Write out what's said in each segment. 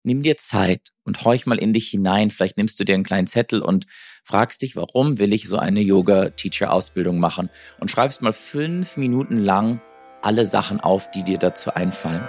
Nimm dir Zeit und horch mal in dich hinein. Vielleicht nimmst du dir einen kleinen Zettel und fragst dich, warum will ich so eine Yoga-Teacher-Ausbildung machen? Und schreibst mal 5 Minuten lang alle Sachen auf, die dir dazu einfallen.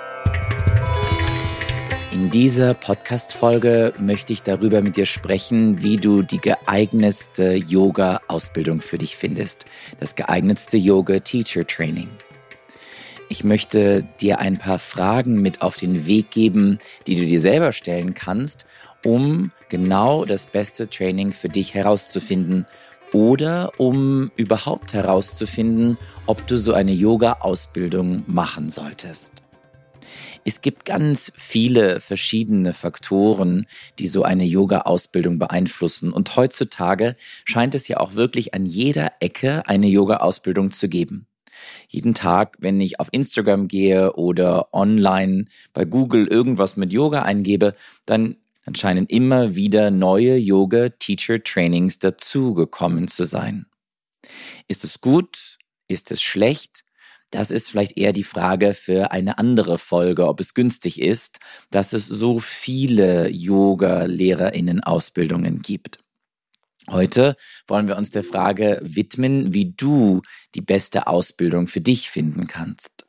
In dieser Podcast-Folge möchte ich darüber mit dir sprechen, wie du die geeignetste Yoga-Ausbildung für dich findest. Das geeignetste Yoga-Teacher-Training. Ich möchte dir ein paar Fragen mit auf den Weg geben, die du dir selber stellen kannst, um genau das beste Training für dich herauszufinden oder um überhaupt herauszufinden, ob du so eine Yoga-Ausbildung machen solltest. Es gibt ganz viele verschiedene Faktoren, die so eine Yoga-Ausbildung beeinflussen. Und heutzutage scheint es ja auch wirklich an jeder Ecke eine Yoga-Ausbildung zu geben. Jeden Tag, wenn ich auf Instagram gehe oder online bei Google irgendwas mit Yoga eingebe, dann scheinen immer wieder neue Yoga-Teacher-Trainings dazugekommen zu sein. Ist es gut? Ist es schlecht? Das ist vielleicht eher die Frage für eine andere Folge, ob es günstig ist, dass es so viele Yoga-LehrerInnen-Ausbildungen gibt. Heute wollen wir uns der Frage widmen, wie du die beste Ausbildung für dich finden kannst.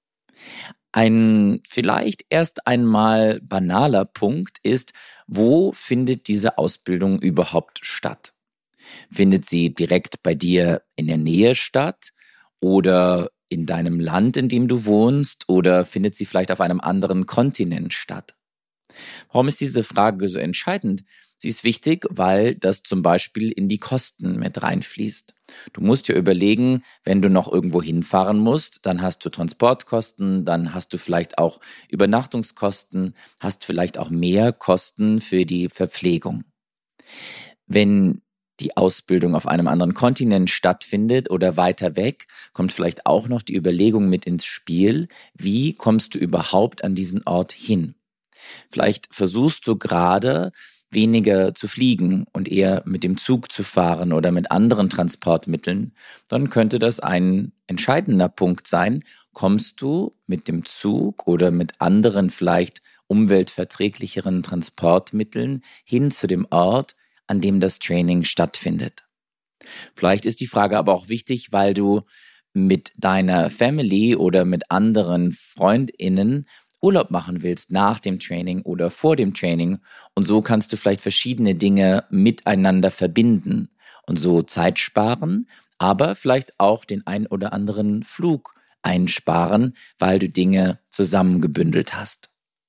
Ein vielleicht erst einmal banaler Punkt ist, wo findet diese Ausbildung überhaupt statt? Findet sie direkt bei dir in der Nähe statt oder in deinem Land, in dem du wohnst, oder findet sie vielleicht auf einem anderen Kontinent statt? Warum ist diese Frage so entscheidend? Sie ist wichtig, weil das zum Beispiel in die Kosten mit reinfließt. Du musst dir überlegen, wenn du noch irgendwo hinfahren musst, dann hast du Transportkosten, dann hast du vielleicht auch Übernachtungskosten, hast vielleicht auch mehr Kosten für die Verpflegung. Wenn die Ausbildung auf einem anderen Kontinent stattfindet oder weiter weg, kommt vielleicht auch noch die Überlegung mit ins Spiel, wie kommst du überhaupt an diesen Ort hin? Vielleicht versuchst du gerade, weniger zu fliegen und eher mit dem Zug zu fahren oder mit anderen Transportmitteln, dann könnte das ein entscheidender Punkt sein. Kommst du mit dem Zug oder mit anderen vielleicht umweltverträglicheren Transportmitteln hin zu dem Ort, an dem das Training stattfindet? Vielleicht ist die Frage aber auch wichtig, weil du mit deiner Family oder mit anderen FreundInnen Urlaub machen willst nach dem Training oder vor dem Training, und so kannst du vielleicht verschiedene Dinge miteinander verbinden und so Zeit sparen, aber vielleicht auch den ein oder anderen Flug einsparen, weil du Dinge zusammengebündelt hast.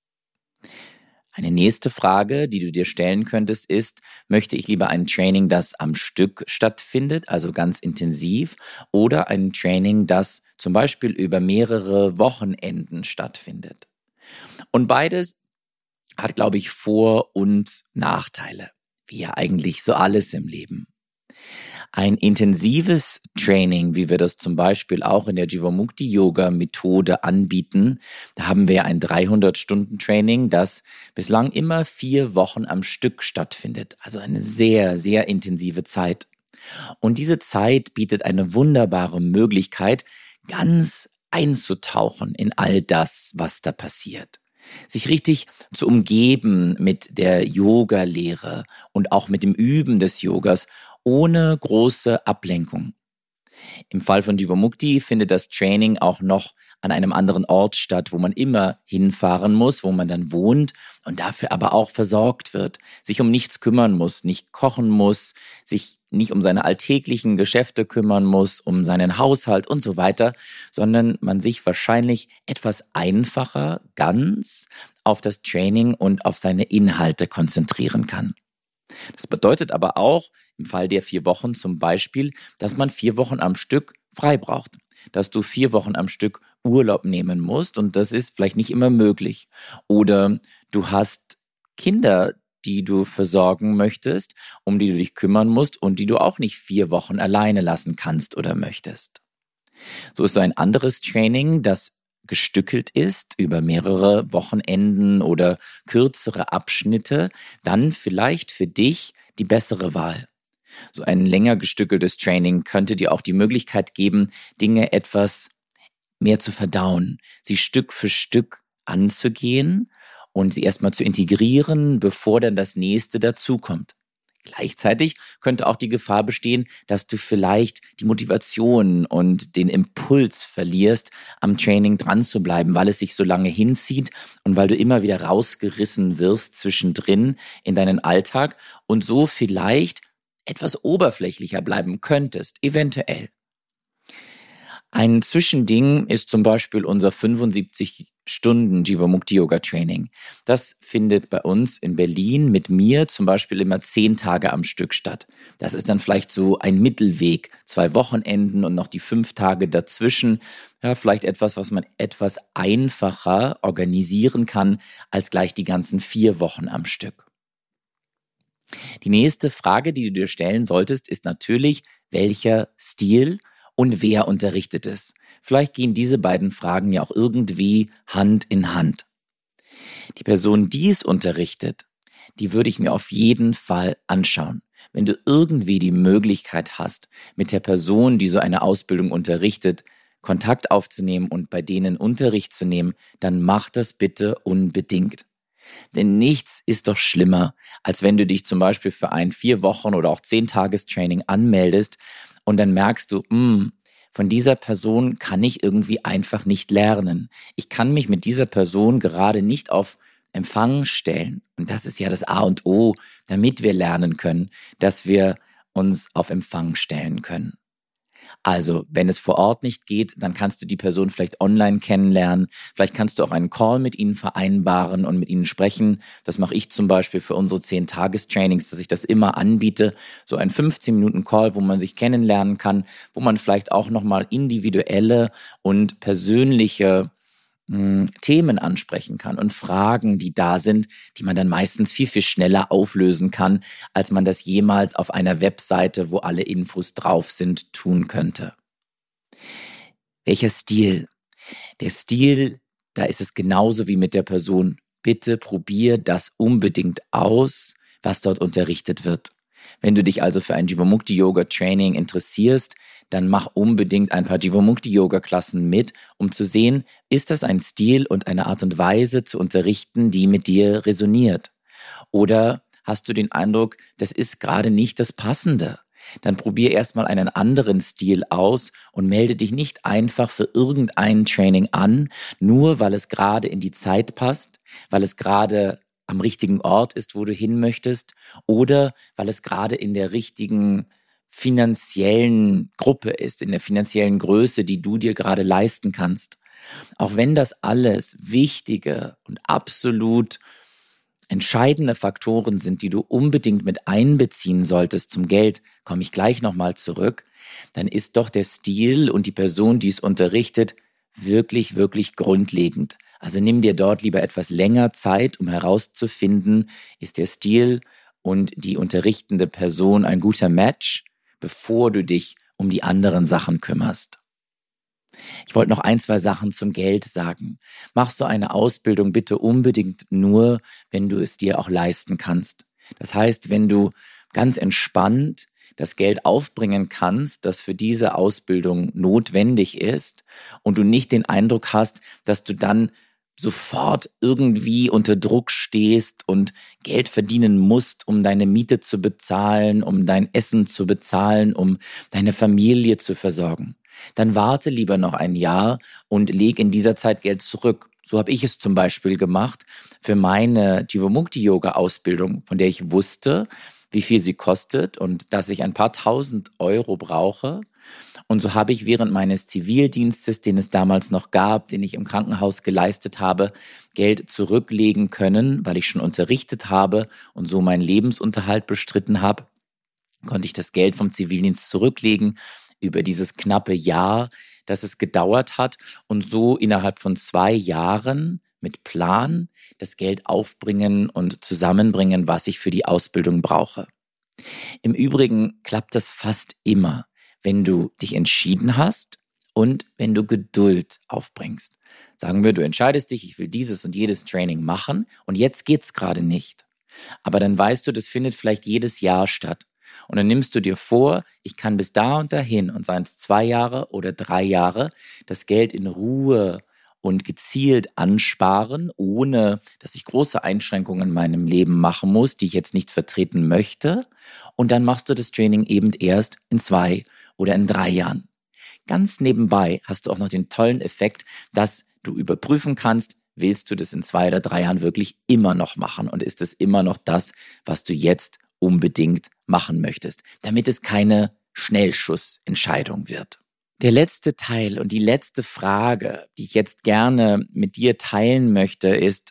Eine nächste Frage, die du dir stellen könntest, ist, möchte ich lieber ein Training, das am Stück stattfindet, also ganz intensiv, oder ein Training, das zum Beispiel über mehrere Wochenenden stattfindet? Und beides hat, glaube ich, Vor- und Nachteile, wie ja eigentlich so alles im Leben. Ein intensives Training, wie wir das zum Beispiel auch in der Jivamukti-Yoga-Methode anbieten, da haben wir ein 300-Stunden-Training, das bislang immer 4 Wochen am Stück stattfindet. Also eine sehr, sehr intensive Zeit. Und diese Zeit bietet eine wunderbare Möglichkeit, ganz einzutauchen in all das, was da passiert. Sich richtig zu umgeben mit der Yoga-Lehre und auch mit dem Üben des Yogas ohne große Ablenkung. Im Fall von Jivamukti findet das Training auch noch an einem anderen Ort statt, wo man immer hinfahren muss, wo man dann wohnt und dafür aber auch versorgt wird, sich um nichts kümmern muss, nicht kochen muss, sich nicht um seine alltäglichen Geschäfte kümmern muss, um seinen Haushalt und so weiter, sondern man sich wahrscheinlich etwas einfacher ganz auf das Training und auf seine Inhalte konzentrieren kann. Das bedeutet aber auch, im Fall der 4 Wochen zum Beispiel, dass man 4 Wochen am Stück frei braucht. Dass du 4 Wochen am Stück Urlaub nehmen musst, und das ist vielleicht nicht immer möglich. Oder du hast Kinder, die du versorgen möchtest, um die du dich kümmern musst und die du auch nicht 4 Wochen alleine lassen kannst oder möchtest. So ist so ein anderes Training, das gestückelt ist über mehrere Wochenenden oder kürzere Abschnitte, dann vielleicht für dich die bessere Wahl. So ein länger gestückeltes Training könnte dir auch die Möglichkeit geben, Dinge etwas mehr zu verdauen, sie Stück für Stück anzugehen und sie erstmal zu integrieren, bevor dann das nächste dazukommt. Gleichzeitig könnte auch die Gefahr bestehen, dass du vielleicht die Motivation und den Impuls verlierst, am Training dran zu bleiben, weil es sich so lange hinzieht und weil du immer wieder rausgerissen wirst zwischendrin in deinen Alltag und so vielleicht etwas oberflächlicher bleiben könntest, eventuell. Ein Zwischending ist zum Beispiel unser 75 Stunden Jivamukti Yoga Training. Das findet bei uns in Berlin mit mir zum Beispiel immer 10 Tage am Stück statt. Das ist dann vielleicht so ein Mittelweg, 2 Wochenenden und noch die 5 Tage dazwischen. Ja, vielleicht etwas, was man etwas einfacher organisieren kann, als gleich die ganzen 4 Wochen am Stück. Die nächste Frage, die du dir stellen solltest, ist natürlich, welcher Stil und wer unterrichtet es? Vielleicht gehen diese beiden Fragen ja auch irgendwie Hand in Hand. Die Person, die es unterrichtet, die würde ich mir auf jeden Fall anschauen. Wenn du irgendwie die Möglichkeit hast, mit der Person, die so eine Ausbildung unterrichtet, Kontakt aufzunehmen und bei denen Unterricht zu nehmen, dann mach das bitte unbedingt. Denn nichts ist doch schlimmer, als wenn du dich zum Beispiel für ein 4 Wochen oder auch 10 Tagestraining anmeldest und dann merkst du, von dieser Person kann ich irgendwie einfach nicht lernen. Ich kann mich mit dieser Person gerade nicht auf Empfang stellen. Und das ist ja das A und O, damit wir lernen können, dass wir uns auf Empfang stellen können. Also, wenn es vor Ort nicht geht, dann kannst du die Person vielleicht online kennenlernen. Vielleicht kannst du auch einen Call mit ihnen vereinbaren und mit ihnen sprechen. Das mache ich zum Beispiel für unsere 10-Tages-Trainings, dass ich das immer anbiete. So ein 15-Minuten-Call, wo man sich kennenlernen kann, wo man vielleicht auch nochmal individuelle und persönliche Themen ansprechen kann und Fragen, die da sind, die man dann meistens viel, viel schneller auflösen kann, als man das jemals auf einer Webseite, wo alle Infos drauf sind, tun könnte. Welcher Stil? Der Stil, da ist es genauso wie mit der Person. Bitte probier das unbedingt aus, was dort unterrichtet wird. Wenn du dich also für ein Jivamukti Yoga Training interessierst, dann mach unbedingt ein paar Jivamukti Yoga Klassen mit, um zu sehen, ist das ein Stil und eine Art und Weise zu unterrichten, die mit dir resoniert? Oder hast du den Eindruck, das ist gerade nicht das Passende? Dann probier erstmal einen anderen Stil aus und melde dich nicht einfach für irgendein Training an, nur weil es gerade in die Zeit passt, weil es gerade am richtigen Ort ist, wo du hin möchtest, oder weil es gerade in der richtigen finanziellen Gruppe ist, in der finanziellen Größe, die du dir gerade leisten kannst. Auch wenn das alles wichtige und absolut entscheidende Faktoren sind, die du unbedingt mit einbeziehen solltest zum Geld, komme ich gleich nochmal zurück, dann ist doch der Stil und die Person, die es unterrichtet, wirklich, wirklich grundlegend. Also nimm dir dort lieber etwas länger Zeit, um herauszufinden, ist der Stil und die unterrichtende Person ein guter Match, bevor du dich um die anderen Sachen kümmerst. Ich wollte noch 1, 2 Sachen zum Geld sagen. Machst du eine Ausbildung bitte unbedingt nur, wenn du es dir auch leisten kannst. Das heißt, wenn du ganz entspannt das Geld aufbringen kannst, das für diese Ausbildung notwendig ist und du nicht den Eindruck hast, dass du dann sofort irgendwie unter Druck stehst und Geld verdienen musst, um deine Miete zu bezahlen, um dein Essen zu bezahlen, um deine Familie zu versorgen. Dann warte lieber noch ein Jahr und leg in dieser Zeit Geld zurück. So habe ich es zum Beispiel gemacht für meine Jivamukti-Yoga-Ausbildung, von der ich wusste, wie viel sie kostet und dass ich ein paar 1.000 Euro brauche. Und so habe ich während meines Zivildienstes, den es damals noch gab, den ich im Krankenhaus geleistet habe, Geld zurücklegen können, weil ich schon unterrichtet habe und so meinen Lebensunterhalt bestritten habe, konnte ich das Geld vom Zivildienst zurücklegen über dieses knappe Jahr, das es gedauert hat und so innerhalb von 2 Jahren mit Plan das Geld aufbringen und zusammenbringen, was ich für die Ausbildung brauche. Im Übrigen klappt das fast immer, wenn du dich entschieden hast und wenn du Geduld aufbringst. Sagen wir, du entscheidest dich, ich will dieses und jedes Training machen und jetzt geht's gerade nicht. Aber dann weißt du, das findet vielleicht jedes Jahr statt. Und dann nimmst du dir vor, ich kann bis da und dahin und seien es 2 Jahre oder 3 Jahre, das Geld in Ruhe und gezielt ansparen, ohne dass ich große Einschränkungen in meinem Leben machen muss, die ich jetzt nicht vertreten möchte. Und dann machst du das Training eben erst in 2 oder in 3 Jahren. Ganz nebenbei hast du auch noch den tollen Effekt, dass du überprüfen kannst, willst du das in 2 oder 3 Jahren wirklich immer noch machen und ist es immer noch das, was du jetzt unbedingt machen möchtest, damit es keine Schnellschussentscheidung wird. Der letzte Teil und die letzte Frage, die ich jetzt gerne mit dir teilen möchte, ist,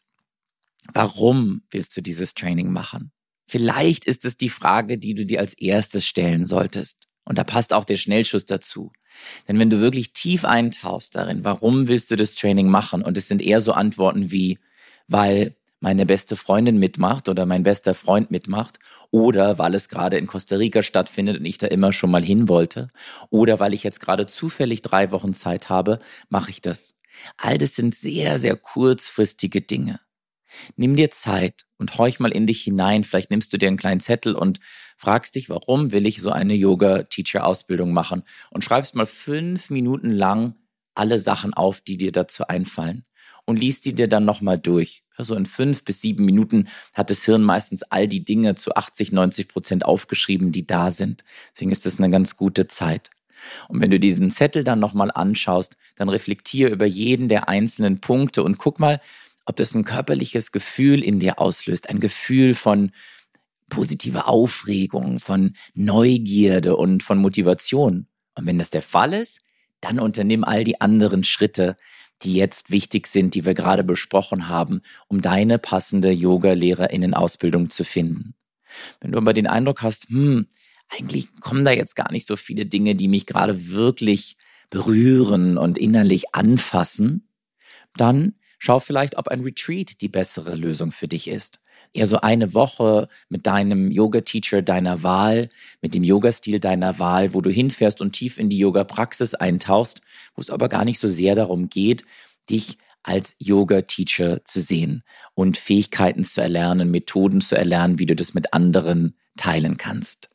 warum willst du dieses Training machen? Vielleicht ist es die Frage, die du dir als erstes stellen solltest. Und da passt auch der Schnellschuss dazu. Denn wenn du wirklich tief eintauchst darin, warum willst du das Training machen? Und es sind eher so Antworten wie, weil meine beste Freundin mitmacht oder mein bester Freund mitmacht oder weil es gerade in Costa Rica stattfindet und ich da immer schon mal hin wollte oder weil ich jetzt gerade zufällig 3 Wochen Zeit habe, mache ich das. All das sind sehr, sehr kurzfristige Dinge. Nimm dir Zeit und horch mal in dich hinein. Vielleicht nimmst du dir einen kleinen Zettel und fragst dich, warum will ich so eine Yoga-Teacher-Ausbildung machen? Und schreibst mal 5 Minuten lang alle Sachen auf, die dir dazu einfallen. Und liest die dir dann nochmal durch. Also in 5 bis 7 Minuten hat das Hirn meistens all die Dinge zu 80-90% aufgeschrieben, die da sind. Deswegen ist das eine ganz gute Zeit. Und wenn du diesen Zettel dann nochmal anschaust, dann reflektier über jeden der einzelnen Punkte und guck mal, ob das ein körperliches Gefühl in dir auslöst. Ein Gefühl von positiver Aufregung, von Neugierde und von Motivation. Und wenn das der Fall ist, dann unternimm all die anderen Schritte, die jetzt wichtig sind, die wir gerade besprochen haben, um deine passende Yoga-LehrerInnen-Ausbildung zu finden. Wenn du aber den Eindruck hast, eigentlich kommen da jetzt gar nicht so viele Dinge, die mich gerade wirklich berühren und innerlich anfassen, dann schau vielleicht, ob ein Retreat die bessere Lösung für dich ist. Eher so eine Woche mit deinem Yoga-Teacher deiner Wahl, mit dem Yoga-Stil deiner Wahl, wo du hinfährst und tief in die Yoga-Praxis eintauchst, wo es aber gar nicht so sehr darum geht, dich als Yoga-Teacher zu sehen und Fähigkeiten zu erlernen, Methoden zu erlernen, wie du das mit anderen teilen kannst.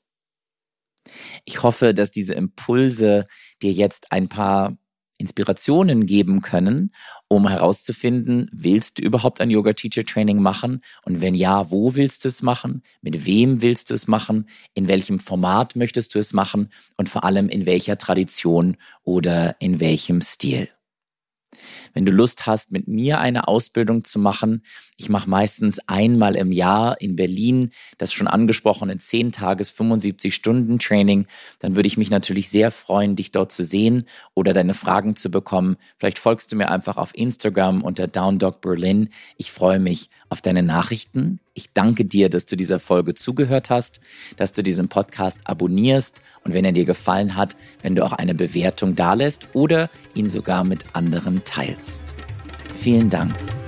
Ich hoffe, dass diese Impulse dir jetzt ein paar Inspirationen geben können, um herauszufinden, willst du überhaupt ein Yoga-Teacher-Training machen? Und wenn ja, wo willst du es machen? Mit wem willst du es machen? In welchem Format möchtest du es machen? Und vor allem in welcher Tradition oder in welchem Stil? Wenn du Lust hast, mit mir eine Ausbildung zu machen, ich mache meistens einmal im Jahr in Berlin das schon angesprochene 10-Tages 75-Stunden-Training, dann würde ich mich natürlich sehr freuen, dich dort zu sehen oder deine Fragen zu bekommen. Vielleicht folgst du mir einfach auf Instagram unter DownDogBerlin. Ich freue mich auf deine Nachrichten. Ich danke dir, dass du dieser Folge zugehört hast, dass du diesen Podcast abonnierst und wenn er dir gefallen hat, wenn du auch eine Bewertung dalässt oder ihn sogar mit anderen teilst. Vielen Dank.